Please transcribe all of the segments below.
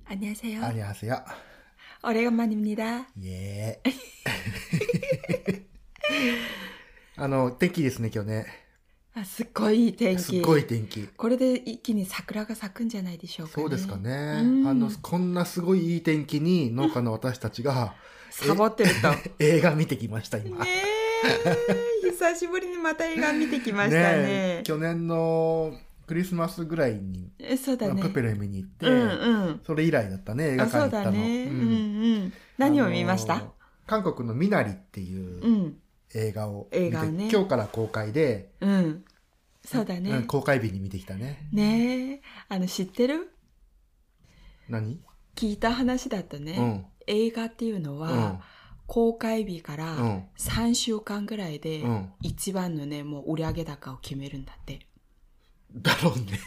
안녕하세요. 안녕하세요. 오래간만입니다. 예.天気ですね、今日ね。 すっごいいい天気。 すっごい天気。 これで一気に桜が咲くんじゃないでしょうかね。 そうですかね。こんなすごいいい天気に農家の私たちがサボってると。 映画見てきました、今。 ねえ。久しぶりにまた映画見てきましたね。 去年のクリスマスぐらいにそうだね。 プペレ見に行って、それ以来だったね、映画館に行ったの。 そうだね。何を見ました？ 韓国のミナリっていう映画を見て、今日から公開で、 そうだね。 公開日に見てきたね。 ねえ、知ってる？ 何？ 聞いた話だとね、映画っていうのは、公開日から3週間ぐらいで一番のね、もう売上高を決めるんだって。 だろうね。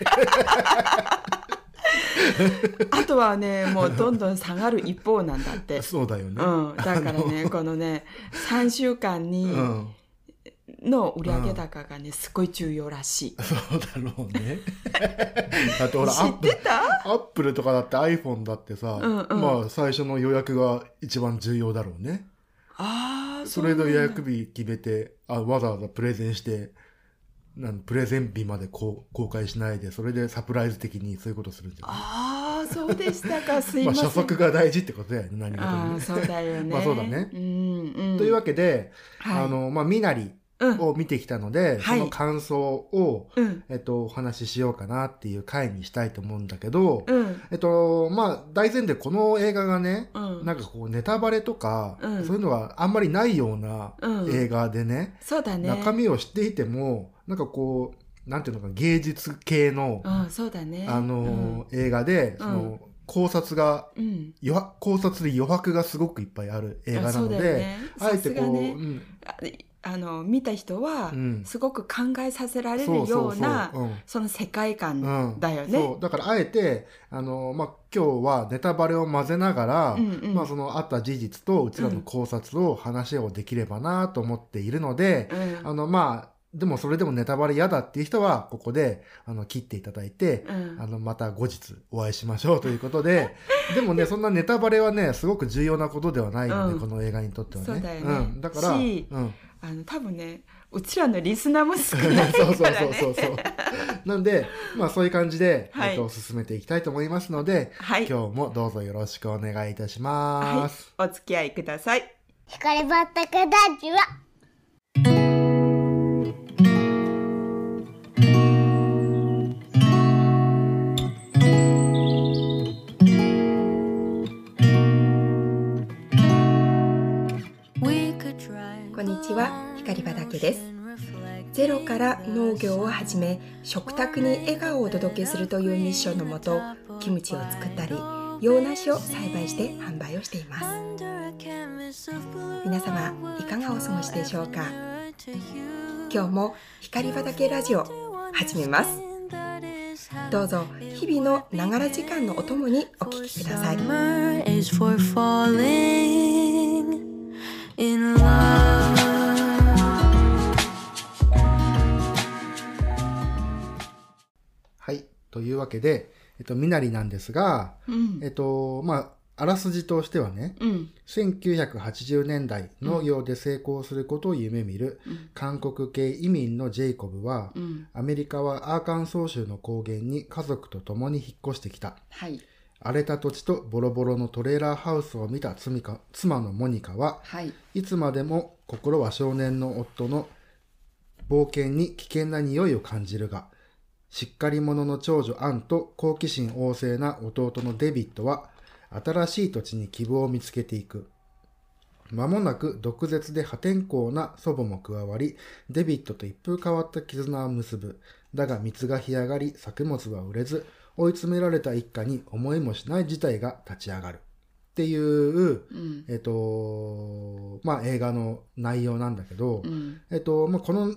あとはね、もうどんどん下がる一方なんだって。 そうだよね。 だからね、このね、3週間に、の売上高がね、すごい重要らしい。 そうだろうね。だってほら、 知ってた？ アップルとかだって iPhone だってさ、まあ最初の予約が一番重要だろうね。それの予約日決めて、わざわざプレゼンして、プレゼン日まで公開しないで、それでサプライズ的にそういうことするんじゃない？ そうでしたか。すいません。 初速が大事ってことだよね、何事もね。 そうだよね。 まあそうだね。というわけで、ミナリを見てきたので、その感想を、お話ししようかなっていう回にしたいと思うんだけど、大前提この映画がね、なんかこうネタバレとか、そういうのがあんまりないような映画でね、 そうだね。 中身を知っていても、なんかこう、なんていうのか、芸術系の、 そうだね。 映画で、考察で余白がすごくいっぱいある映画なので、あえてこう、 見た人は、すごく考えさせられるような、その世界観だよね。 そう。だからあえて、今日はネタバレを混ぜながら、そのあった事実とうちらの考察を話をできればなと思っているので、でもそれでもネタバレ嫌だっていう人は、ここで、切っていただいて、また後日お会いしましょうということで、でもね、そんなネタバレはね、すごく重要なことではないので、この映画にとってはね。 そうだよね。 だから、 多分ね、うちらのリスナーも少ないからね。 そう。なんで、そういう感じで、進めていきたいと思いますので、今日もどうぞよろしくお願いいたします。 お付き合いください。 光畑ラジオ。 こんにちは、光畑です。ゼロから農業を始め、食卓に笑顔をお届けするというミッションのもと、キムチを作ったり、洋梨を栽培して販売をしています。皆様、いかがお過ごしでしょうか？今日も光畑ラジオ始めます。どうぞ日々のながら時間のお供にお聞きください。 はい。というわけで、ミナリなんですが、あらすじとしてはね、1980年代農業で成功することを夢見る韓国系移民のジェイコブは、アメリカはアーカンソー州の高原に家族と共に引っ越してきた。荒れた土地とボロボロのトレーラーハウスを見た妻のモニカは、いつまでも心は少年の夫の冒険に危険な匂いを感じるが、しっかり者の長女アンと好奇心旺盛な弟のデビッドは、新しい土地に希望を見つけていく。間もなく毒舌で破天荒な祖母も加わり、デビッドと一風変わった絆を結ぶ。だが蜜が干上がり、作物は売れず、追い詰められた一家に思いもしない事態が立ち上がる。っていう、映画の内容なんだけど、この、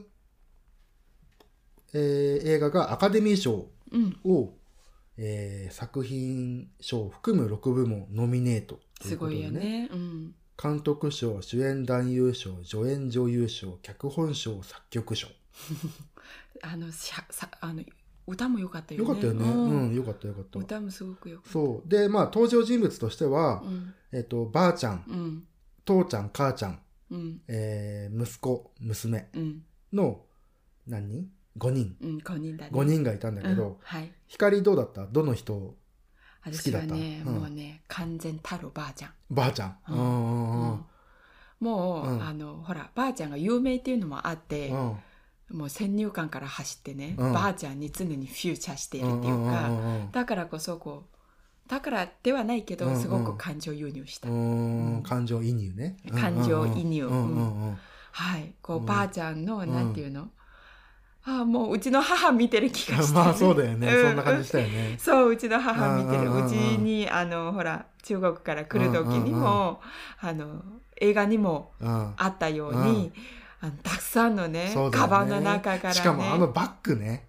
映画がアカデミー賞を、作品賞を含む6部門ノミネートということでね。 すごいよね。 監督賞、主演男優賞、助演女優賞、脚本賞、作曲賞。 歌も良かったよね。 よかったよね。うん、よかったよかった。 歌もすごくよかった。 そう。で、まあ登場人物としては、ばあちゃん、父ちゃん、母ちゃん、息子、娘の何人 ?5 人。 5人だね。 5人がいたんだけど、光どうだった？どの人好きだった？ 私はね、もうね、完全たるばあちゃん。 ばあちゃん。 もう、ほら、ばあちゃんが有名っていうのもあって、もう先入観から走ってね、ばあちゃんに常にフューチャーしているっていうか、だからこそだからではないけど、すごく感情移入した。 感情移入ね。 感情移入。はい。ばあちゃんの、なんていうの？もううちの母見てる気がして、 まあそうだよね。そんな感じしたよね。 そう、うちの母見てる。うちに、ほら、中国から来る時にも、映画にもあったように、たくさんのね、カバンの中からね。 しかもバッグね。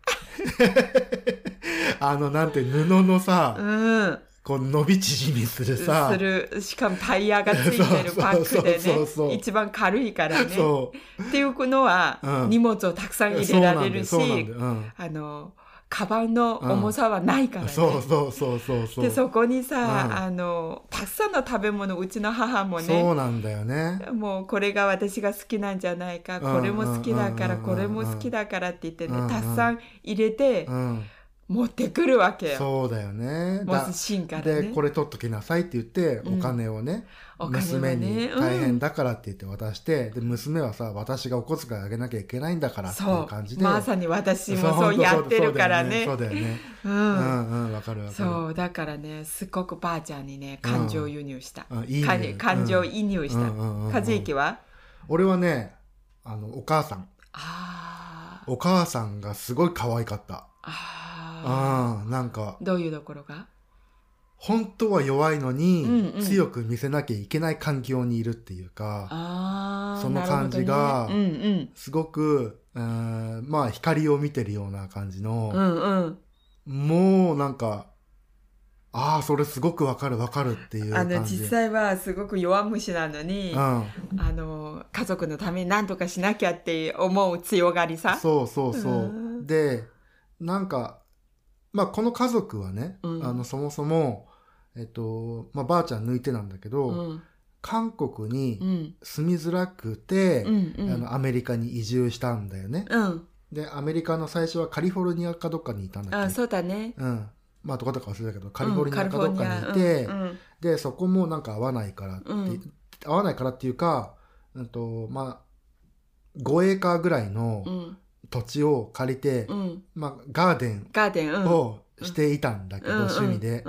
なんて布のさ、こう伸び縮みするさ。 しかもタイヤがついてるバッグでね。一番軽いからね。っていうのは、荷物をたくさん入れられるし、カバンの重さはないからね。そうで、そこにさ、たくさんの食べ物、うちの母もね。 そうなんだよね。 もうこれが私が好きなんじゃないか、これも好きだから、これも好きだからって言ってね、たくさん入れて、持ってくるわけよ。 そうだよね。 もし芯からね。 で、これ取っときなさいって言って、お金をね、娘に大変だからって言って渡して、で、娘はさ、私がお小遣いあげなきゃいけないんだからっていう感じで。 まさに私もそうやってるからね。 そうだよね。わかるわかる。 そう、だからね、すっごくばあちゃんにね、感情輸入した。感情移入した。和之は？ 俺はね、お母さん。お母さんがすごい可愛かった。なんか。 どういうところが？ 本当は弱いのに、強く見せなきゃいけない環境にいるっていうか、その感じが、すごく、まあ光を見てるような感じの、もうなんか、それすごくわかるっていう感じ。 実際はすごく弱虫なのに、家族のために何とかしなきゃって思う強がりさ。 そう。で、なんか、まあこの家族はね、そもそも、まあばあちゃん抜いてなんだけど、韓国に住みづらくて、アメリカに移住したんだよね。で、アメリカの最初はカリフォルニアかどっかにいたんだっけ？ そうだね。 まあどこだか忘れたけど、カリフォルニアかどっかにいて、で、そこもなんか合わないからっていうか、まあ、5エーカーぐらいの土地を借りて、まあ、ガーデンをしていたんだけど、趣味で。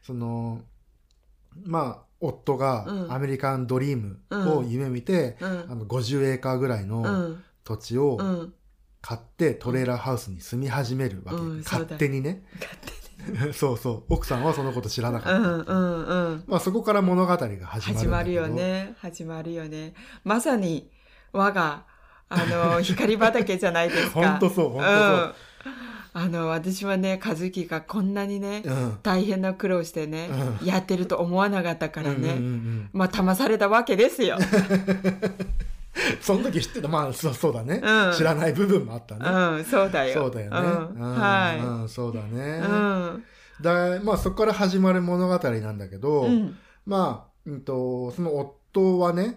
まあ、夫がアメリカンドリームを夢見て、50エーカーぐらいの土地を買ってトレーラーハウスに住み始めるわけ。勝手にね。そう。奥さんはそのこと知らなかった。まあそこから物語が始まるんだけど。 始まるよね。まさに我が、光畑じゃないですか。 本当そう。 私はね、和樹がこんなにね、大変な苦労してね、やってると思わなかったからね。まあ騙されたわけですよ。 その時知ってた。まあ、そうだね。知らない部分もあったね。 そうだよ。 そうだよね。そうだね。まあ、そこから始まる物語なんだけど、まあ、その夫はね、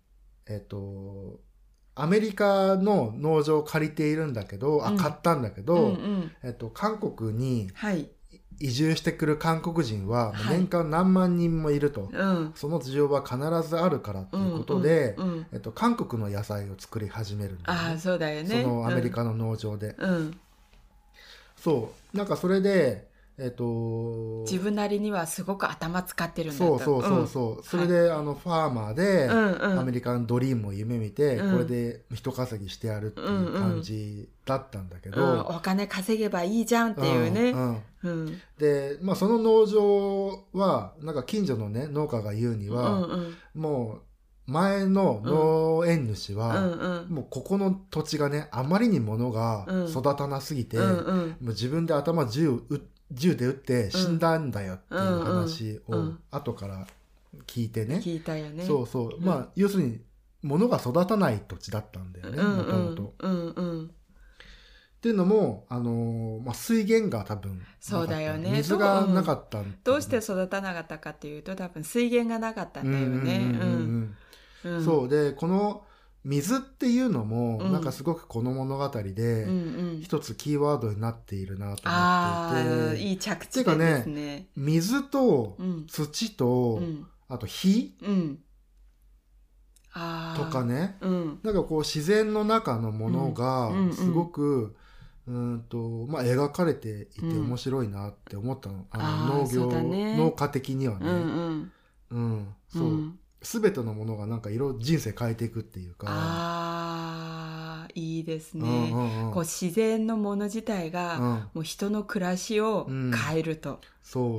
アメリカの農場を借りているんだけど、買ったんだけど、韓国に移住してくる韓国人は年間何万人もいると、その需要は必ずあるからっていうことで、韓国の野菜を作り始めるんだよね。 そうだよね。 そのアメリカの農場で。そう。なんかそれで、 自分なりにはすごく頭使ってるんだと。そう。それで、ファーマーで、アメリカのドリームを夢見て、これで一稼ぎしてやるっていう感じだったんだけど。 お金稼げばいいじゃんっていうね。 で、まあその農場は、なんか近所のね、農家が言うには、もう、前の農園主は、もうここの土地がね、あまりに物が育たなすぎて、もう自分で頭銃で撃って死んだんだよっていう話を後から聞いてね。 聞いたよね。 そう。まあ、要するに、物が育たない土地だったんだよね、もともと。 っていうのも、水源が多分そうだよね。 水がなかった。 どうして育たなかったかっていうと、多分水源がなかったんだよね。 そうで、この水っていうのも、なんかすごくこの物語で一つキーワードになっているなと思っていて、 いい着地点ですね。 水と土と、あと火、とかね、なんかこう自然の中のものがすごく描かれていて面白いなって思ったの。農家的にはね。そう。すべてのものがなんか人生変えていくっていうか。 いいですね。こう自然のもの自体がもう人の暮らしを変えると。 そう。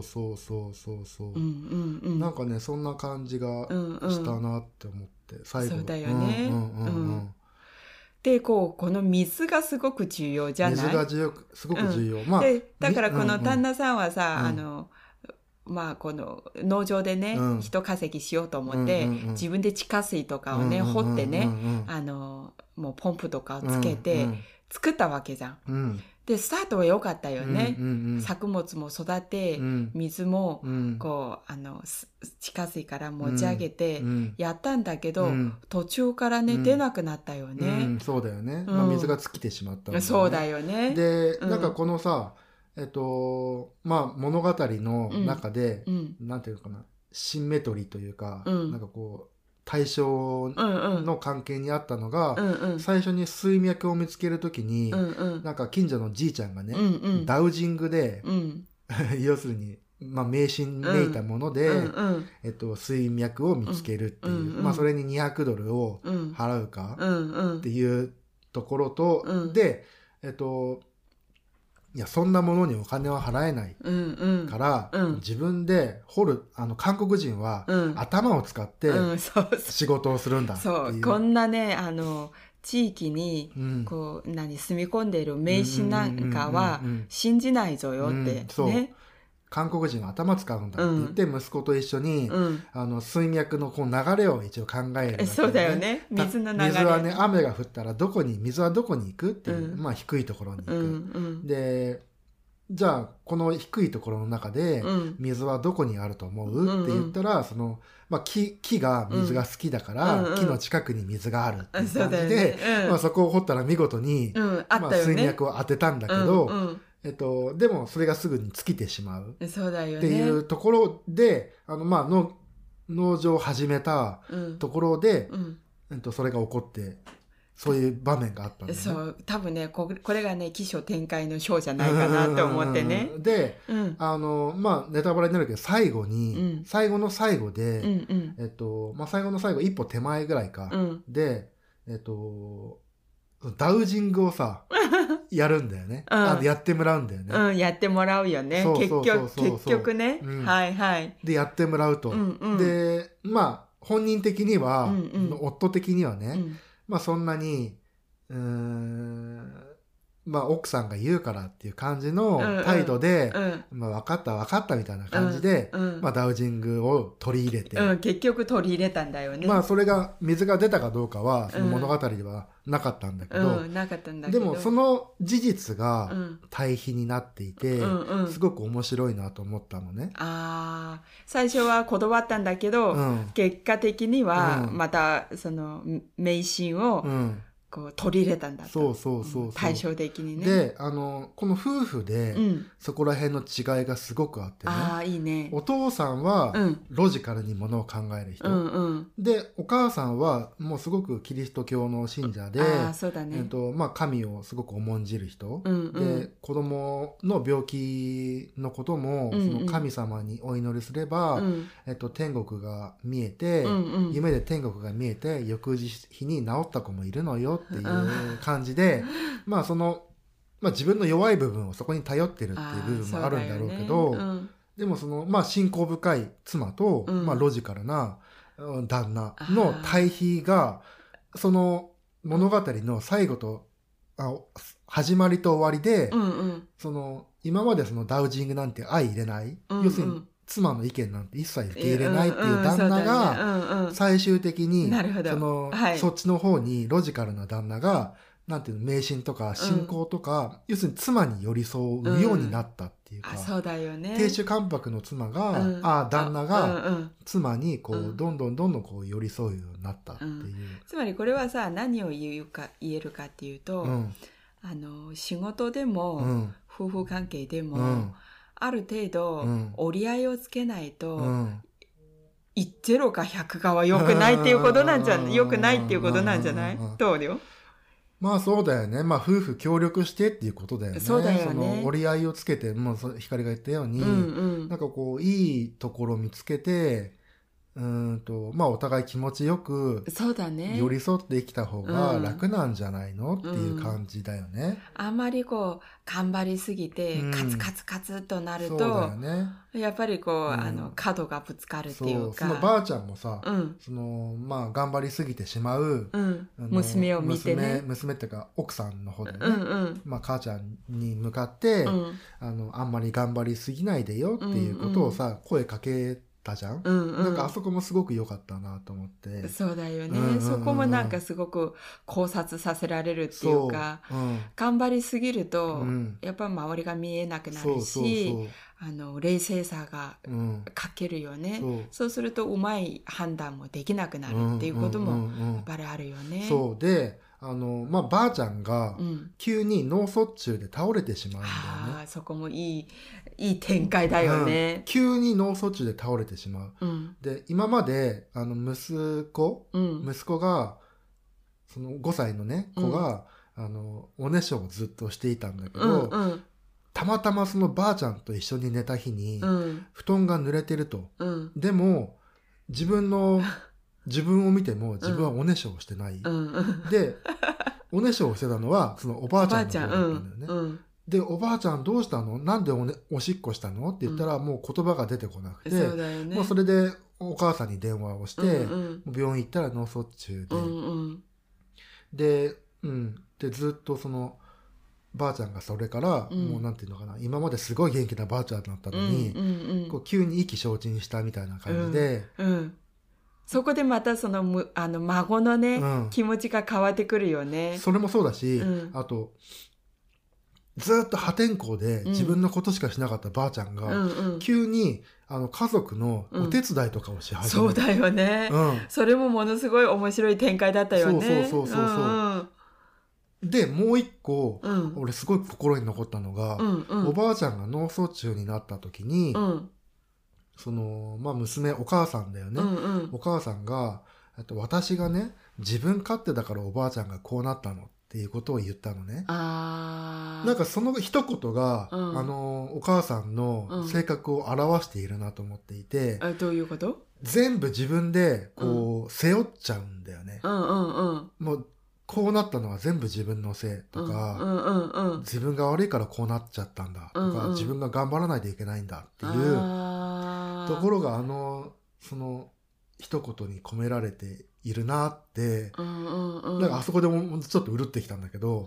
なんかね、そんな感じがしたなって思って、最後。 そうだよね。で、この水がすごく重要じゃない？ 水がすごく重要。 だからこの旦那さんはさ、この農場でね、人稼ぎしようと思って、自分で地下水とかをね、掘ってね、もうポンプとかをつけて、作ったわけじゃん。で、スタートは良かったよね。作物も育て、水も、地下水から持ち上げて、やったんだけど、途中からね、出なくなったよね。 そうだよね。水が尽きてしまったんだよね。 そうだよね。 で、なんかこのさ、物語の中で、なんていうのかな、シンメトリーというか、なんかこう、対象の関係にあったのが、最初に水脈を見つけるときに、なんか近所のじいちゃんがね、ダウジングで、要するに、迷信めいたもので、水脈を見つけるっていう、それに$200を払うかっていうところと、で、いや、そんなものにお金は払えないから、自分で掘る、韓国人は頭を使って仕事をするんだっていう。 そう、こんなね、地域に、住み込んでいる迷信なんかは信じないぞよってね。 韓国人は頭使うんだって言って、息子と一緒に、水脈のこう流れを一応考える、ね。 そうだよね。水の流れ。 水はね、雨が降ったら水はどこに行くっていう、低いところに行く。で、じゃあ、この低いところの中で、水はどこにあると思うって言ったら、木が水が好きだから、木の近くに水があるっていう感じで、そこを掘ったら見事に、水脈を当てたんだけど、でもそれがすぐに尽きてしまう。 そうだよね。 っていうところで、農場を始めたところで、それが起こって、そういう場面があったんだよね。 そう、多分ね、これがね、起承転結の章じゃないかなって思ってね。 で、ネタバレになるけど、最後の最後で、最後の最後、一歩手前ぐらいか、で、ダウジングをさ、やるんだよね。やってもらうんだよね。 やってもらうよね。結局ね。はいはい。 で、やってもらうと。で、本人的には、夫的にはね、そんなに、奥さんが言うからっていう感じの態度で、分かったみたいな感じで、ダウジングを取り入れて。 結局取り入れたんだよね。 それが、水が出たかどうかは、その物語ではなかったんだけど、でもその事実が対比になっていて、すごく面白いなと思ったのね。 最初は断ったんだけど、結果的には、また、その、迷信を、こう取り入れたんだと。そう対照的にね。 で、この夫婦で、そこら辺の違いがすごくあってね。 いいね。 お父さんは、ロジカルにものを考える人。で、お母さんは、もうすごくキリスト教の信者で、 そうだね。 神をすごく重んじる人。で、子供の病気のことも、その神様にお祈りすれば、天国が見えて、夢で天国が見えて、翌日に治った子もいるのよっていう感じで、自分の弱い部分をそこに頼ってるっていう部分もあるんだろうけど、でもその、信仰深い妻と、ロジカルな旦那の対比が、その物語の最後と、始まりと終わりで、その、今までそのダウジングなんて相入れない、要するに妻の意見なんて一切受け入れないっていう旦那が、最終的に、そっちの方にロジカルな旦那が、 なんていうの、迷信とか信仰とか、要するに妻に寄り添うようになったっていうか、 そうだよね。 亭主関白の妻が、旦那が妻にこう、どんどんこう寄り添うようになったっていう。 つまりこれはさ、何を言えるかっていうと、仕事でも、夫婦関係でも、ある程度、折り合いをつけないと、0か100かは良くないっていうことなんじゃない？良くないっていうことなんじゃない？どうよ？ まあそうだよね。まあ夫婦協力してっていうことだよね。 そうだよね。 その折り合いをつけて、もう光が言ったように、なんかこういいところを見つけて、まあお互い気持ちよくそうだね。 寄り添って生きた方が楽なんじゃないの、っていう感じだよね。 あんまりこう頑張りすぎてカツとなると、 そうだよね。 やっぱりこう、角がぶつかるっていうか、 そのばあちゃんもさ、そのまあ頑張りすぎてしまう、 娘を見てね、 娘っていうか奥さんの方でね、まあ母ちゃんに向かって、あんまり頑張りすぎないでよっていうことをさ、声かけたじゃん、なんかあそこもすごく良かったなと思って。 そうだよね、そこもなんかすごく考察させられるっていうか、頑張りすぎると、やっぱ周りが見えなくなるし、冷静さが欠けるよね、そうするとうまい判断もできなくなるっていうこともやっぱりあるよね。 そうでまあ、ばあちゃんが急に脳卒中で倒れてしまうんだよね。 そこもいい展開だよね。 急に脳卒中で倒れてしまう。で、今まで息子がその5歳のね子が、おねしょをずっとしていたんだけど、たまたまそのばあちゃんと一緒に寝た日に、布団が濡れてると。でも自分を見ても自分はおねしょをしてない。で、おねしょをしてたのはそのおばあちゃんの方だったんだよね。で、おばあちゃんどうしたの？なんでおしっこしたの？って言ったら、もう言葉が出てこなくて、 そうだよね、 もうそれでお母さんに電話をして、病院行ったら脳卒中で、で、ずっとそのばあちゃんがそれから、もうなんていうのかな、今まですごい元気なばあちゃんだったのに、こう急に意気消沈したみたいな感じで、 そこでまたその孫のね、気持ちが変わってくるよね。 それもそうだし、あとずっと破天荒で自分のことしかしなかったばあちゃんが、急に家族のお手伝いとかをし始める、 そうだよね、それもものすごい面白い展開だったよね。そうで、もう一個、俺すごい心に残ったのが、おばあちゃんが脳卒中になった時に、そのまあ娘、お母さんだよね、お母さんが私がね自分勝手だからおばあちゃんがこうなったのっていうことを言ったのね。なんかその一言が、お母さんの性格を表しているなと思っていて、 どういうこと？ 全部自分でこう、背負っちゃうんだよね。もうこうなったのは全部自分のせいとか、自分が悪いからこうなっちゃったんだとか、自分が頑張らないといけないんだっていうところがその一言に込められているなって、なんかあそこでもちょっとうるってきたんだけど、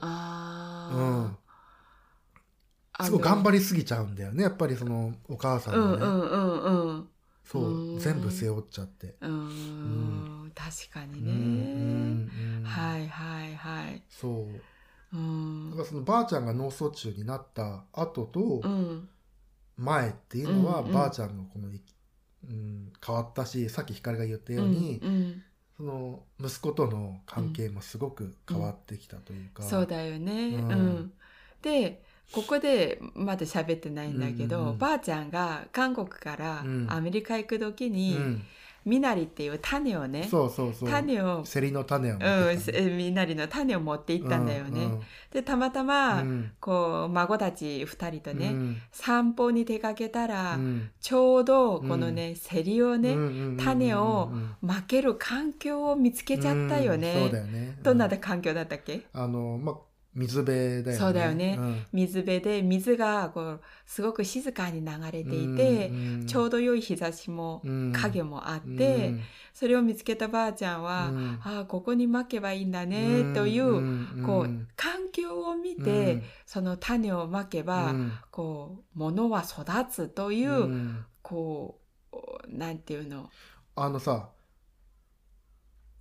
すごい頑張りすぎちゃうんだよね、やっぱりそのお母さんがね。そう、全部背負っちゃって。 確かにね。はいはいはい。 そう。だからそのばあちゃんが脳卒中になった後と前っていうのは、ばあちゃんのこの、変わったし、さっき光が言ったように、その息子との関係もすごく変わってきたというか。 そうだよね。で、ここでまだ喋ってないんだけど、ばあちゃんが韓国からアメリカ行く時に、みなりっていう種をね、種をセリの種を持ってきた、 みなりの種を持って行ったんだよね。で、たまたま、こう孫たち2人とね、散歩に出かけたら、ちょうどこのね、セリをね、種をまける環境を見つけちゃったよね。 そうだよね。 どんな環境だったっけ？ 水辺だよね。 そうだよね。水辺で水がこうすごく静かに流れていて、ちょうど良い日差しも影もあって、それを見つけたばあちゃんは、ここにまけばいいんだねという、こう環境を見て、その種をまけば、こう物は育つという、こうなんていうの。 さ、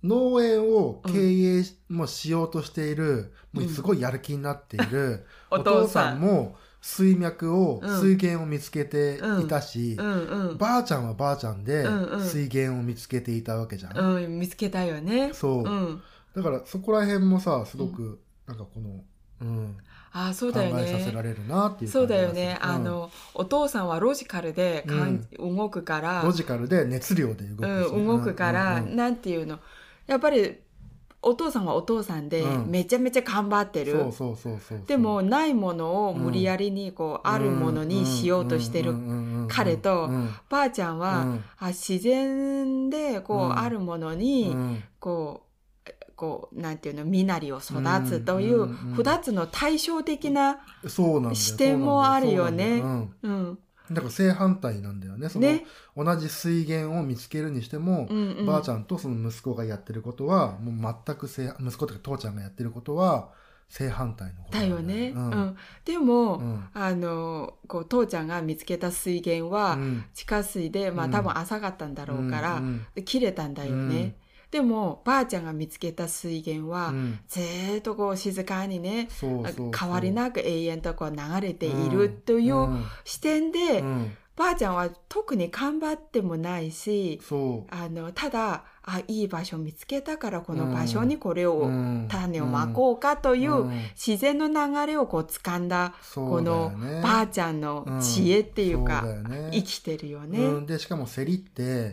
農園を経営もしようとしている、もうすごいやる気になっているお父さんも水源を見つけていたし、ばあちゃんはばあちゃんで水源を見つけていたわけじゃん。 見つけたよね。 そう。だからそこら辺もさ、すごくなんかこの、 そうだよね、 考えさせられるなっていう感じがする。 そうだよね。お父さんはロジカルで動くから、 ロジカルで熱量で動くから、なんていうの、やっぱりお父さんはお父さんでめちゃめちゃ頑張ってる。でもないものを無理やりにこうあるものにしようとしてる彼と、ばあちゃんは自然でこうあるものにこうなんていうの、身なりを育つという2つの対照的な視点もあるよね。 だから正反対なんだよね。その同じ水源を見つけるにしても、ばあちゃんとその息子がやってることはもう全く息子とか父ちゃんがやってることは正反対のことだよね。でも、こう父ちゃんが見つけた水源は地下水で、多分浅かったんだろうから、切れたんだよね。でもばあちゃんが見つけた水源は、ずっとこう静かにね、変わりなく永遠とこう流れているという視点で、ばあちゃんは特に頑張ってもないし、ただいい場所見つけたからこの場所にこれを、種をまこうかという自然の流れをこう掴んだ、このばあちゃんの知恵っていうか、生きてるよね。 でしかもセリって、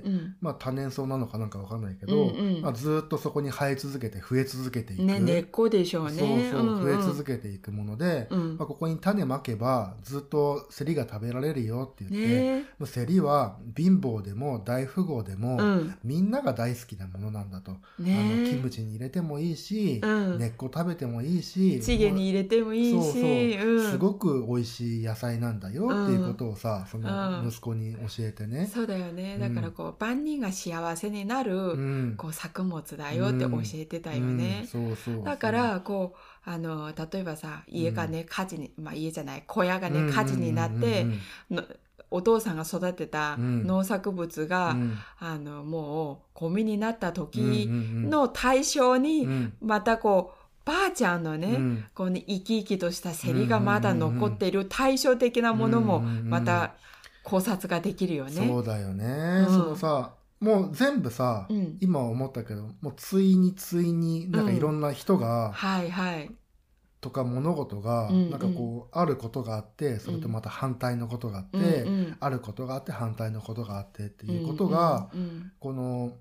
多年草なのかなんかわかんないけど、ずっとそこに生え続けて増え続けていく、 根っこでしょうね。 増え続けていくもので、ここに種まけばずっとセリが食べられるよって言って、セリは貧乏でも大富豪でも、みんなが大好きなものなんだと、キムチに入れてもいいし、根っこ食べてもいいし、 チゲに入れてもいいし、 すごく美味しい野菜なんだよっていうことをさ、その息子に教えてね。 そうだよね。だからこう、万人が幸せになる、こう作物だよって教えてたよね。だからこう例えばさ、家がね火事に、家じゃない小屋がね火事になって、お父さんが育てた農作物が、もうゴミになった時の対象に、またこうばあちゃんのね、こうね生き生きとしたセリがまだ残っている対照的なものもまた考察ができるよね。 そうだよね。そのさ、もう全部さ、今思ったけど、もうついになんかいろんな人が、とか物事がなんかこうあることがあって、それとまた反対のことがあって、あることがあって反対のことがあってっていうことが、この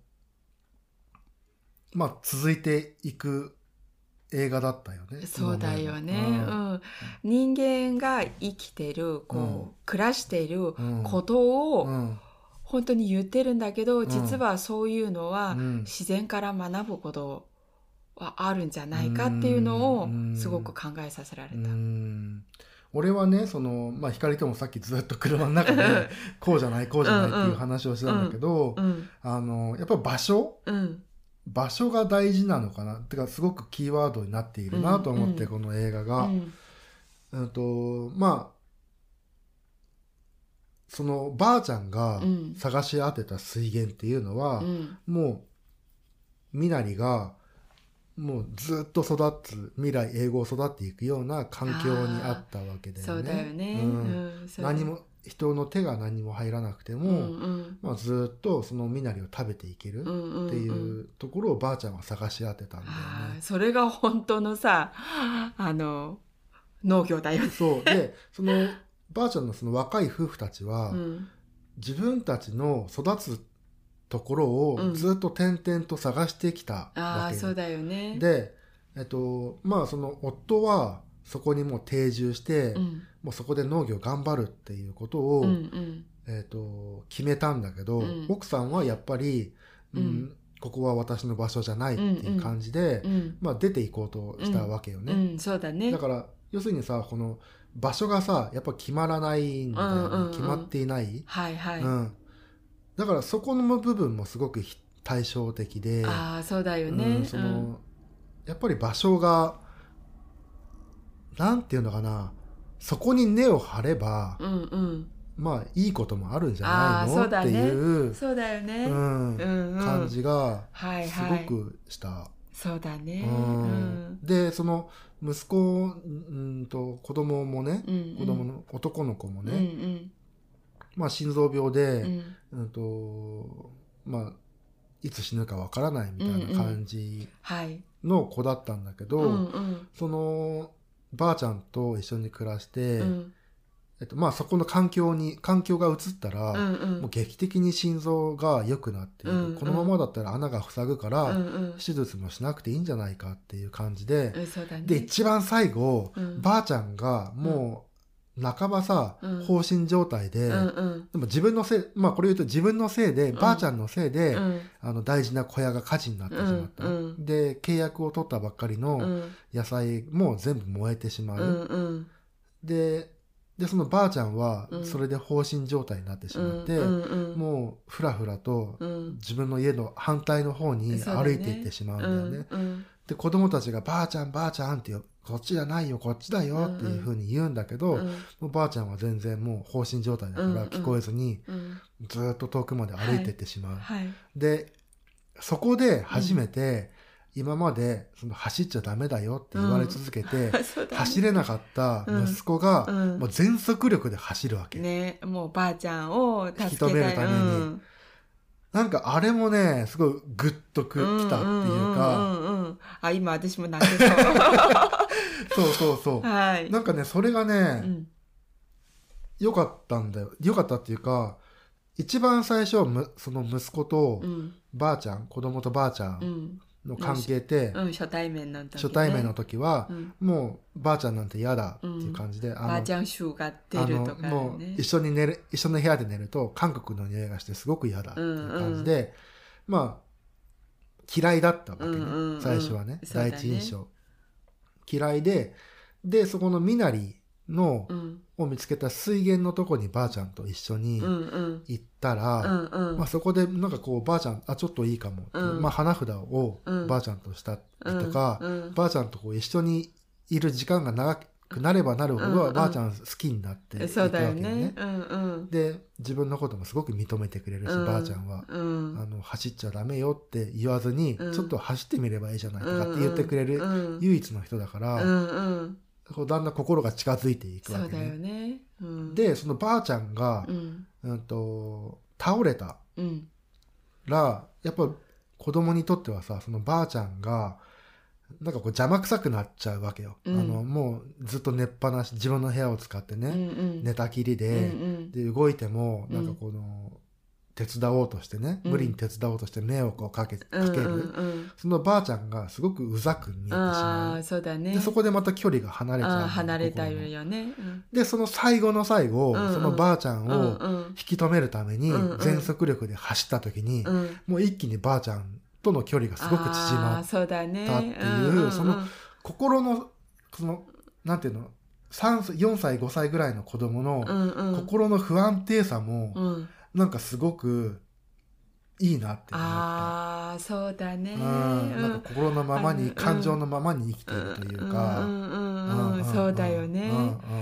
続いていく映画だったよね。 そうだよね。人間が生きてるこう、暮らしていることを、本当に言ってるんだけど、実はそういうのは自然から学ぶことはあるんじゃないかっていうのをすごく考えさせられた。 俺はね、その光ともさっきずっと車の中でこうじゃないっていう話をしてたんだけど、やっぱ場所が大事なのかなってか、すごくキーワードになっているなと思って、この映画が。そのばあちゃんが探し当てた水源っていうのは、もうみなりがもうずっと育つ、未来永劫育っていくような環境にあったわけだよね。 そうだよね。 何も人の手が何も入らなくても、ずっとそのみなりを食べていけるっていうところをばあちゃんは探し当てたんだよね。 それが本当のさ、農業だよね。 そうで、そのばあちゃんのその若い夫婦たちは、自分たちの育つところをずっと転々と探してきたわけ、 そうだよね。 で、その夫はそこにもう定住して、もうそこで農業頑張るっていうことを、決めたんだけど、奥さんはやっぱり、ここは私の場所じゃないっていう感じで、出ていこうとしたわけよね。 そうだね。 だから要するにさ、この場所がさやっぱ決まらないんだよね。決まっていない。だからそこの部分もすごく対照的で、 そうだよね。 やっぱり場所がなんていうのかな、そこに根を張れば、 まあいいこともあるんじゃないの、っていうそうだよね、 感じがすごくした。 そうだね、 でその息子と子供もね、子供の男の子もね、まあ心臓病で、まあいつ死ぬかわからないみたいな感じの子だったんだけど、そのばあちゃんと一緒に暮らして、まあそこの環境が移ったら、もう劇的に心臓が良くなっている、このままだったら穴が塞ぐから、手術もしなくていいんじゃないかっていう感じで、で一番最後、ばあちゃんがもう半ばさ、放心状態で、でも自分のせい、まあこれ言うと自分のせいで、ばあちゃんのせいで、大事な小屋が火事になってしまった、で契約を取ったばっかりの野菜も全部燃えてしまう、でそのばあちゃんはそれで放心状態になってしまって、もうふらふらと自分の家の反対の方に歩いていってしまうんだよね。で子供たちがばあちゃんばあちゃんってこっちじゃないよこっちだよっていう風に言うんだけど、もうばあちゃんは全然もう放心状態だから聞こえずにずっと遠くまで歩いていってしまう。でそこで初めて、今までその走っちゃダメだよって言われ続けて、走れなかった息子がもう全速力で走るわけ、 ね、もうばあちゃんを助けたい、 引き止めるために、なんかあれもねすごいグッときたっていうか、 あ今私も泣けそうそう、なんかねそれがね、良かったんだよ。良かったっていうか、一番最初その息子とばあちゃん、子供とばあちゃんの関係って、 初対面の時は、もうばあちゃんなんて嫌だっていう感じで、 ばあちゃん臭が出るとかね、 もう一緒の部屋で寝ると韓国の匂いがしてすごく嫌だっていう感じで、まあ嫌いだったわけね、最初はね、第一印象嫌いで、そこのみなりの、を見つけた水源のとこにばあちゃんと一緒に行ったら、まあ、そこでなんかこうばあちゃんちょっといいかもって、まあ、花札をばあちゃんとしたりとか、ばあちゃんとこう一緒にいる時間が長くなればなるほど、ばあちゃん好きになっていくわけよね。で自分のこともすごく認めてくれるし、ばあちゃんは、走っちゃダメよって言わずに、ちょっと走ってみればいいじゃないとかって言ってくれる唯一の人だから、だんだん心が近づいていくわけね。 そうだよね。 でそのばあちゃんが、倒れたら、やっぱ子供にとってはさ、そのばあちゃんがなんかこう邪魔くさくなっちゃうわけよ。もうずっと寝っぱなし、自分の部屋を使ってね、寝たきりで、で動いてもなんかこの手伝おうとしてね、無理に手伝おうとして迷惑をかける、そのばあちゃんがすごくうざく見えてしまう。 そうだね。 でそこでまた距離が離れちゃう。 離れたよね。 でその最後の最後、そのばあちゃんを引き止めるために全速力で走った時に、もう一気にばあちゃんとの距離がすごく縮まったっていう、その心のそのなんていうの、4歳5歳ぐらいの子供の心の不安定さも、なんかすごくいいなって思った。 そうだね。 なんか心のままに、感情のままに生きているというか。 そうだよね。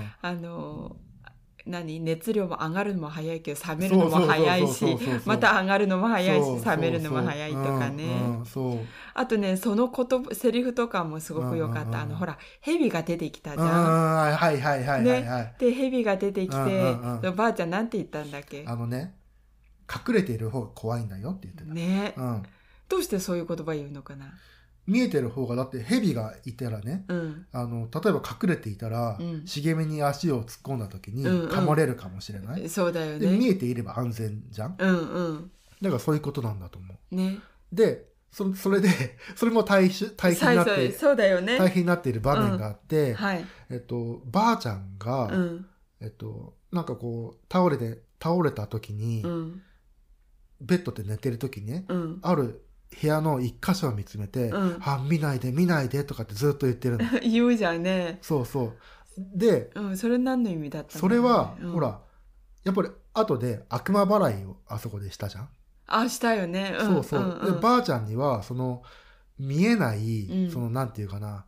熱量も上がるのも早いけど冷めるのも早いし、また上がるのも早いし、冷めるのも早いとかね。あとね、そのセリフとかもすごく良かった。ほら蛇が出てきたじゃん。で蛇が出てきて、ばあちゃんなんて言ったんだっけ。 隠れている方が怖いんだよって言ってたね。 どうしてそういう言葉言うのかな。 見えてる方が、だって蛇がいたらね、例えば隠れていたら、茂みに足を突っ込んだ時に噛まれるかもしれない。 そうだよね。 で見えていれば安全じゃん。だからそういうことなんだと思う。でそれでそれも対比になって、 そうだよね。 対比になっている場面があって、ばあちゃんが、なんかこう倒れた時に、ベッドで寝てる時にね、ある部屋の一箇所を見つめて、見ないで見ないでとかってずっと言ってるの。 言うじゃんね。 そう。で、 それ何の意味だったの？ それは、ほら、やっぱり後で悪魔払いをあそこでしたじゃん。 したよね。 で、ばあちゃんにはその見えない、そのなんていうかな、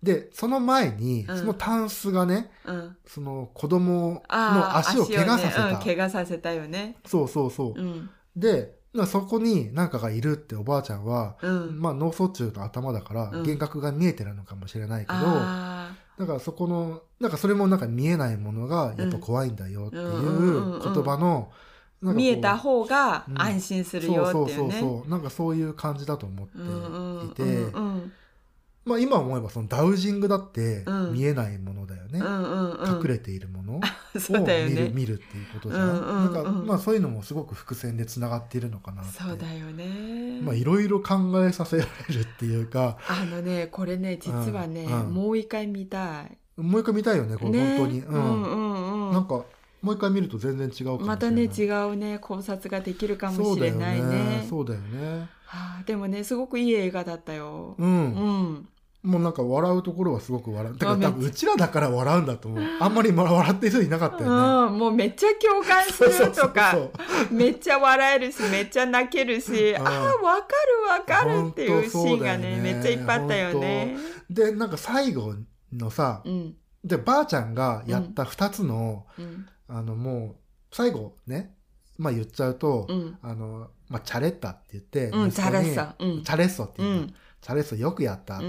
で、その前に、そのタンスがね、その子供の足を怪我させた。 怪我させたよね。 そうそうそう。で、そこに何かがいるっておばあちゃんは、まあ脳卒中の頭だから幻覚が見えてるのかもしれないけど、だからそこの、なんかそれもなんか見えないものがやっぱ怖いんだよっていう言葉の、 見えた方が安心するよっていうね。 そう。なんかそういう感じだと思っていて、まあ今思えばそのダウジングだって見えないものだよね。隠れているものを見るっていうことじゃん。なんかまあそういうのもすごく伏線でつながっているのかなって。 そうだよね。 まあいろいろ考えさせられるっていうか。 これね、実はね、もう一回見たい。 もう一回見たいよね、これ本当に。なんかもう一回見ると全然違うかもしれない。 またね、違うね、考察ができるかもしれないね。 そうだよね。 でもね、すごくいい映画だったよ。 もうなんか笑うところはすごく笑う。だから多分うちらだから笑うんだと思う。あんまり笑ってる人いなかったよね。 もうめっちゃ共感するとか、めっちゃ笑えるし、めっちゃ泣けるし、わかるっていうシーンがね、めっちゃいっぱいあったよね。 で、なんか最後のさ、で、ばあちゃんがやった2つの、もう、最後ね、まあ言っちゃうと、まあチャレッタって言って、 チャレッソ。 チャレッソって言うの。チャレッソよくやったって、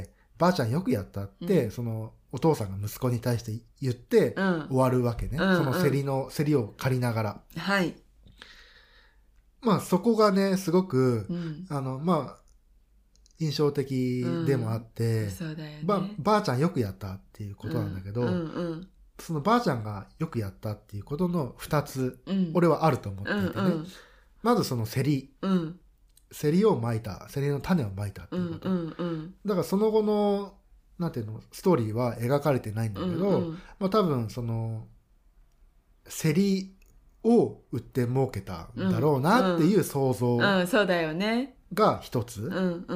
ばあちゃんよくやったって、そのお父さんが息子に対して言って終わるわけね。その競りを借りながら。 はい。 まあそこがね、すごく、まあ、印象的でもあって、 そうだよね。 ばあちゃんよくやったっていうことなんだけど、そのばあちゃんがよくやったっていうことの2つ、俺はあると思っていてね。まずその競りをまいた、競りの種をまいたっていうこと。だからその後の、なんていうの、ストーリーは描かれてないんだけど、まあ多分その、競りを売って儲けたんだろうなっていう想像そうだよね。 が一つ。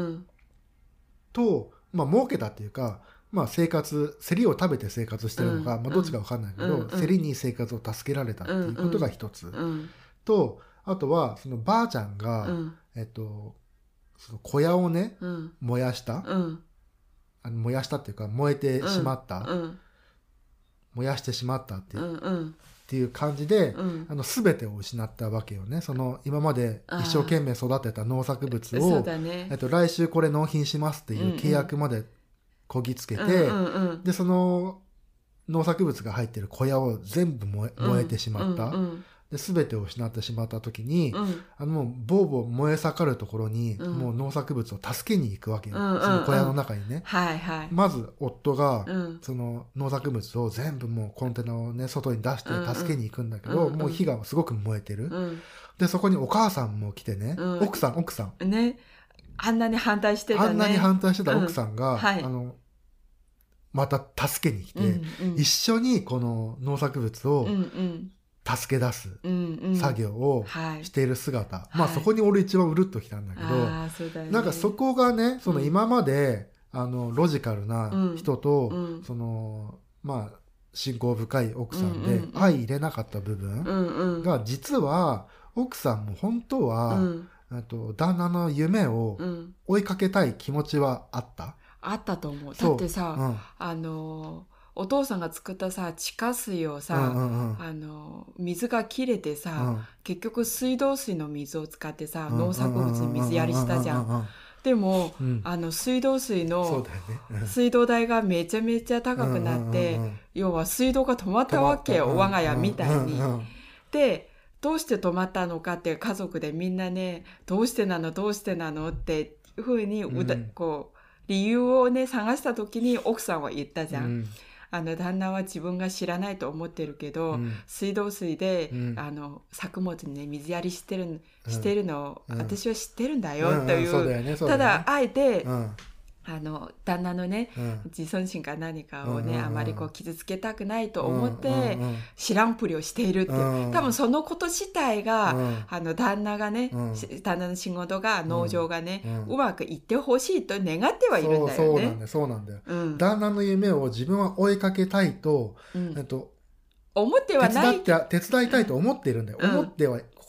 と、まあ儲けたっていうか、まあ競りを食べて生活してるのか、まあどっちかわかんないけど、競りに生活を助けられたっていうことが一つ。と、あとは、そのばあちゃんが、その小屋をね、燃やした。燃やしたっていうか、燃えてしまった。燃やしてしまったっていう感じで、すべてを失ったわけよね。その、今まで一生懸命育てた農作物を、来週これ納品しますっていう契約までこぎつけて、で、その農作物が入ってる小屋を全部燃えてしまった。で、全てを失ってしまった時に、もう、ボーボー燃え盛るところに、もう農作物を助けに行くわけよ。その小屋の中にね。まず、夫が、その農作物を全部もうコンテナをね、外に出して助けに行くんだけど、もう火がすごく燃えてる。で、そこにお母さんも来てね、奥さん。 ね。あんなに反対してたね。 あんなに反対してた奥さんが、また助けに来て、一緒にこの農作物を、助け出す作業をしている姿。まあそこに俺一番うるっときたんだけど、なんかそこがね、その今まで、ロジカルな人と、その、まあ、信仰深い奥さんで相入れなかった部分が、実は奥さんも本当は、旦那の夢を追いかけたい気持ちはあった。 あったと思う。だってさ、お父さんが作ったさ、地下水をさ、水が切れてさ、結局水道水の水を使ってさ、農作物に水やりしたじゃん。でも、水道水の、水道代がめちゃめちゃ高くなって、要は水道が止まったわけよ、我が家みたいに。で、どうして止まったのかって家族でみんなね、どうしてなのっていうふうに、こう、理由をね、探した時に奥さんは言ったじゃん。旦那は自分が知らないと思ってるけど、水道水で、作物にね、水やりしてるのを、私は知ってるんだよ、という。ただ、あえて、旦那のね、自尊心か何かをね、あまりこう傷つけたくないと思って、知らんぷりをしているっていう。多分そのこと自体が、旦那がね、旦那の仕事が、農場がね、うまくいってほしいと願ってはいるんだよね。 そうなんだよ。旦那の夢を自分は追いかけたいと、 思ってはない。 手伝いたいと思っているんだよ。思っては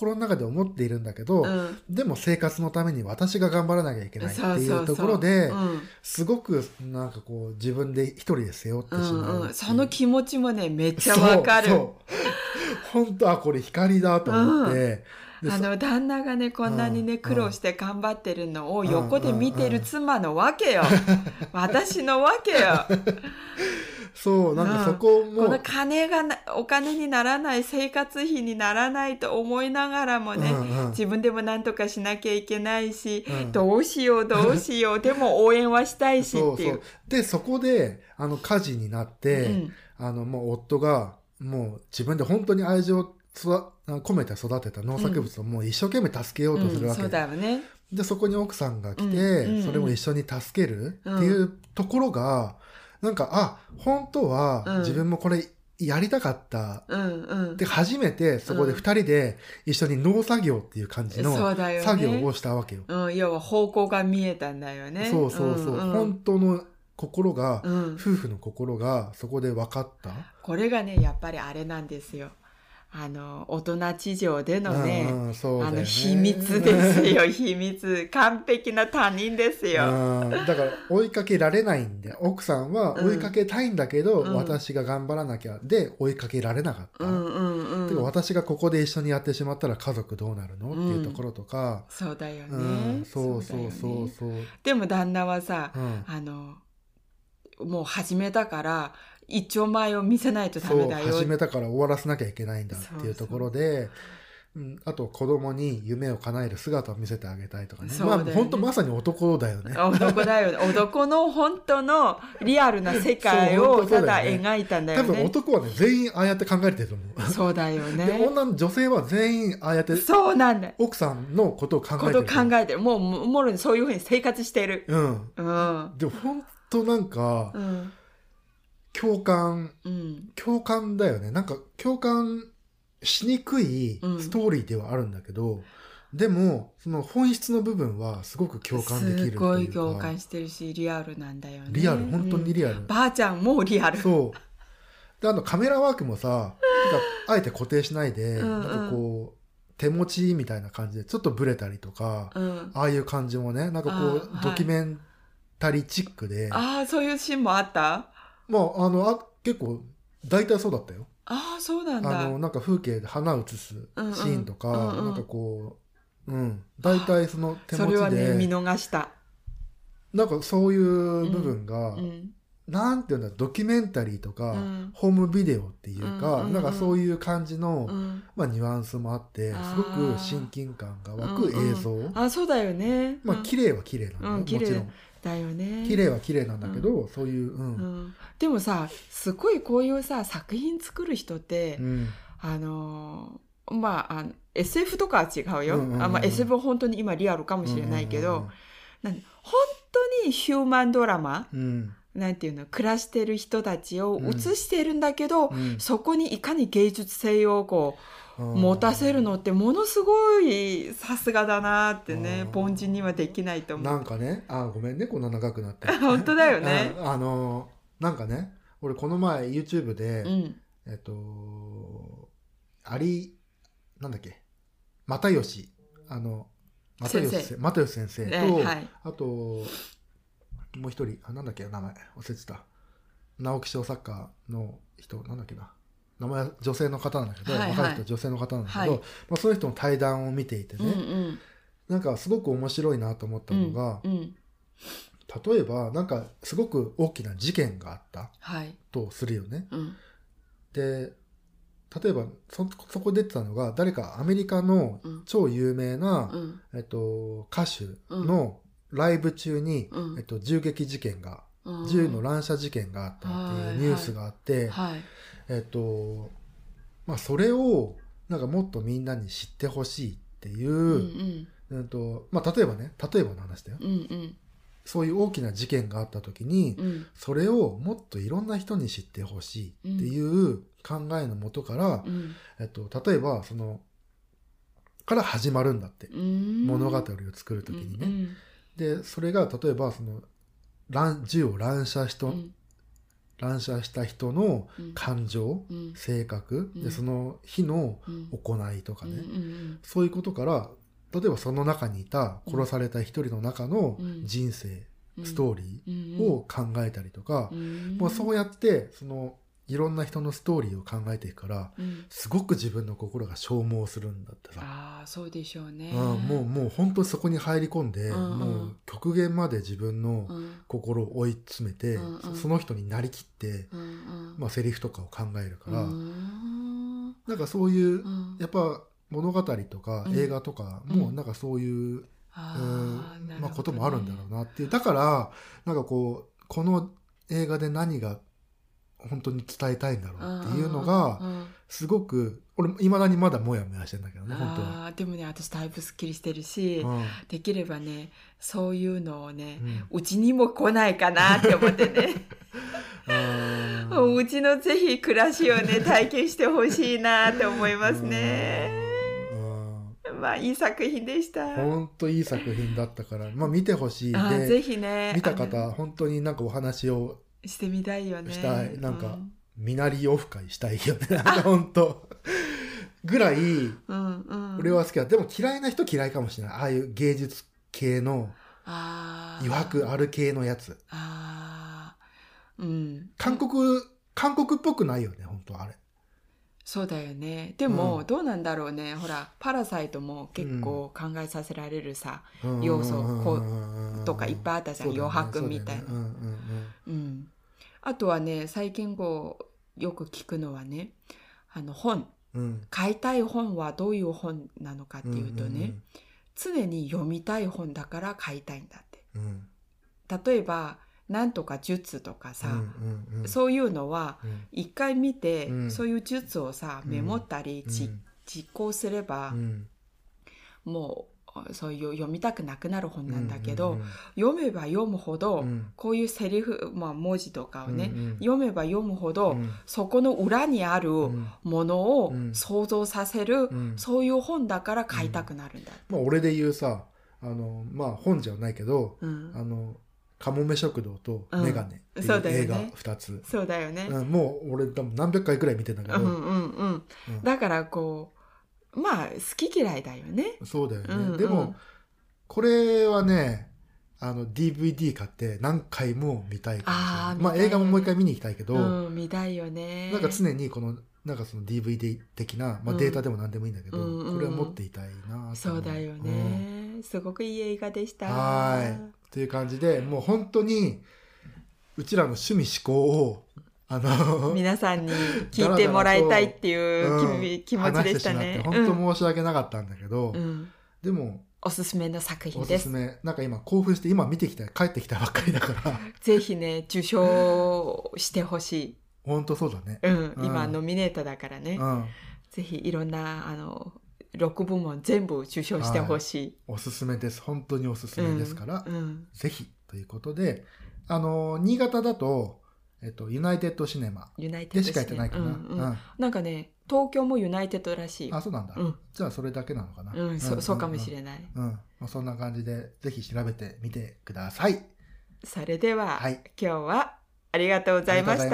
心の中で思っているんだけど、でも生活のために私が頑張らなきゃいけないっていうところで、すごくなんかこう自分で一人で背負ってしまう、 その気持ちもねめっちゃわかる。 本当はこれ光だと思って、 旦那がねこんなにね苦労して頑張ってるのを横で見てる妻のわけよ、私のわけよ。 そう、なんかそこも、 この金がお金にならない、生活費にならないと思いながらもね、自分でも何とかしなきゃいけないし、どうしようでも応援はしたいしっていう。 でそこで火事になって、もう夫がもう自分で本当に愛情を込めて育てた農作物をもう一生懸命助けようとするわけ、 そうだよね。 でそこに奥さんが来て、それを一緒に助けるっていうところが、なんか本当は自分もこれやりたかった、で初めてそこで二人で一緒に農作業っていう感じの作業をしたわけよ。 要は方向が見えたんだよね。 そう、本当の心が、夫婦の心がそこで分かった。 これがねやっぱりあれなんですよ。大人地上でのね、秘密ですよ、秘密。完璧な他人ですよ。 だから追いかけられないんで、奥さんは追いかけたいんだけど、私が頑張らなきゃで追いかけられなかった。てか私がここで一緒にやってしまったら家族どうなるの、っていうところとか。 そうだよね。 そう。 でも旦那はさ、もう始めたから、一丁前を見せないとダメだよ。 始めたから終わらせなきゃいけないんだっていうところで、あと子供に夢を叶える姿を見せてあげたいとかね。本当まさに男だよね。 男だよね。男の本当のリアルな世界をただ描いたんだよね。 多分男はね全員ああやって考えてると思う。 そうだよね。 で女性は全員ああやってそうなんだ。 奥さんのことを考えてる。 もろにそういうふうに生活してる。でも本当なんか。共感だよね。なんか共感しにくいストーリーではあるんだけど、でもその本質の部分はすごく共感できるっていうか。すごい共感してるしリアルなんだよね。 リアル、本当にリアル。 ばあちゃんもリアル。 そうでカメラワークもさ、なんかあえて固定しないで、なんかこう手持ちみたいな感じでちょっとブレたりとか、ああいう感じもね、なんかこうドキュメンタリーチックで。 そういうシーンもあった？ 結構大体そうだったよ。 そうなんだ。 なんか風景で花写すシーンとか、なんかこう、大体その手持ちで。それはね、 見逃した。 なんかそういう部分が、なんていうんだ、ドキュメンタリーとか、ホームビデオっていうか、なんかそういう感じの、ニュアンスもあって、すごく親近感が湧く映像。 そうだよね。 綺麗は綺麗なんだよ、もちろん。 だよね。 綺麗は綺麗なんだけど、そういう、 でもさ、すごいこういうさ作品作る人って、SF とかは違うよ。SF は本当に今リアルかもしれないけど、本当にヒューマンドラマ、なんていうの、暮らしてる人たちを映してるんだけど、そこにいかに芸術性をこう持たせるのってものすごいさすがだなってね、凡人にはできないと思う。 なんかね、ごめんね、こんな長くなって。 本当だよね。 なんかね、俺この前 YouTube で、なんだっけ、又吉先生と、あと、もう一人、なんだっけ、名前、忘れてた。直木賞作家の人、なんだっけな。名前は女性の方なんだけど、若い人女性の方なんだけど、その人の対談を見ていてね、なんかすごく面白いなと思ったのが、例えばなんかすごく大きな事件があったとするよね。で、例えばそこ出てたのが誰かアメリカの超有名な、歌手のライブ中に、銃撃事件が、銃の乱射事件があったっていうニュースがあって、それをなんかもっとみんなに知ってほしいっていう、例えばの話だよ。そういう大きな事件があった時に、それをもっといろんな人に知ってほしいっていう考えのもとから、例えばそのから始まるんだって、物語を作る時にね。でそれが例えばその銃を乱射乱射した人の感情、性格、でその日の行いとかね、そういうことから例えばその中にいた殺された一人の中の人生、ストーリーを考えたりとか、そうやっていろんな人のストーリーを考えていくから、すごく自分の心が消耗するんだってさ。 ああ、そうでしょうね。 もう本当にそこに入り込んで、もう極限まで自分の心を追い詰めて、その人になりきって、セリフとかを考えるから、なんかそういう、やっぱ物語とか映画とかもなんかそういうこともあるんだろうなっていう。だからなんかこの映画で何が本当に伝えたいんだろうっていうのがすごく俺いまだにまだモヤモヤしてんだけどね、本当は。 でもね、私だいぶすっきりしてるし、できればねそういうのをね、うちにも来ないかなって思ってねうちのぜひ暮らしをね体験してほしいなって思いますね。いい作品でした。 本当いい作品だったから、見てほしい。でぜひね、 見た方本当になんかお話をしてみたいよね。 したい、なんか身なりオフ会したいよね、本当ぐらい俺は好きだ。でも嫌いな人嫌いかもしれない、ああいう芸術系の余白ある系のやつ。韓国っぽくないよね、本当あれ。 そうだよね。でも、どうなんだろうね。ほらパラサイトも結構考えさせられるさ、要素とかいっぱいあったじゃん、余白みたいな。あとはね、最近よく聞くのはね、本、買いたい本はどういう本なのかっていうとね、常に読みたい本だから買いたいんだって。例えばなんとか術とかさ、そういうのは一回見て、そういう術をさメモったり、実行すれば、もうそういう読みたくなくなる本なんだけど、読めば読むほど、こういうセリフ、文字とかをね、読めば読むほど、そこの裏にあるものを想像させる、そういう本だから買いたくなるんだ。 俺で言うさ、本じゃないけど、カモメ食堂とメガネっていう映画2つ。 そうだよね。 もう俺多分何百回くらい見てんだけど、 だから好き嫌いだよね。 そうだよね。でもこれはね、DVD 買って何回も見たいかもしれない。映画ももう一回見に行きたいけど、 見たいよね。 なんか常になんかその DVD 的な、データでも何でもいいんだけど、これは持っていたいな。 そうだよね。すごくいい映画でした。 はい。っていう感じで、もう本当にうちらの趣味思考を皆さんに聞いてもらいたいっていう気持ちでしたね。 本当申し訳なかったんだけど、でもおすすめの作品です。 おすすめ。なんか今興奮して今見てきた帰ってきたばっかりだからぜひね受賞してほしい。 本当そうだね。 今ノミネートだからね。ぜひいろんな6部門全部受賞してほしい。 おすすめです。本当におすすめですから、ぜひということで、新潟だとユナイテッドシネマでしかやってないかな。 なんかね、東京もユナイテッドらしい。 そうなんだ。じゃあそれだけなのかな。 そうかもしれない。 そんな感じでぜひ調べてみてください。 それでは、今日はありがとうございました。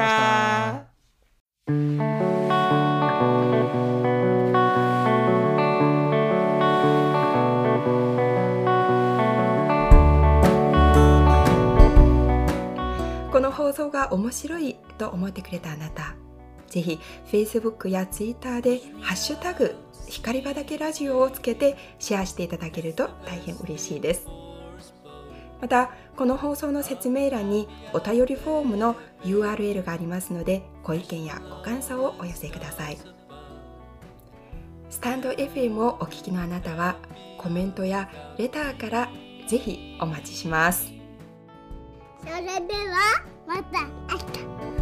この放送が面白いと思ってくれたあなた、ぜひ Facebook や Twitter でハッシュタグ光畑ラジオをつけてシェアしていただけると大変嬉しいです。またこの放送の説明欄にお便りフォームの URL がありますので、ご意見やご感想をお寄せください。スタンド FM をお聞きのあなたはコメントやレターからぜひお待ちします。 それではまた明日。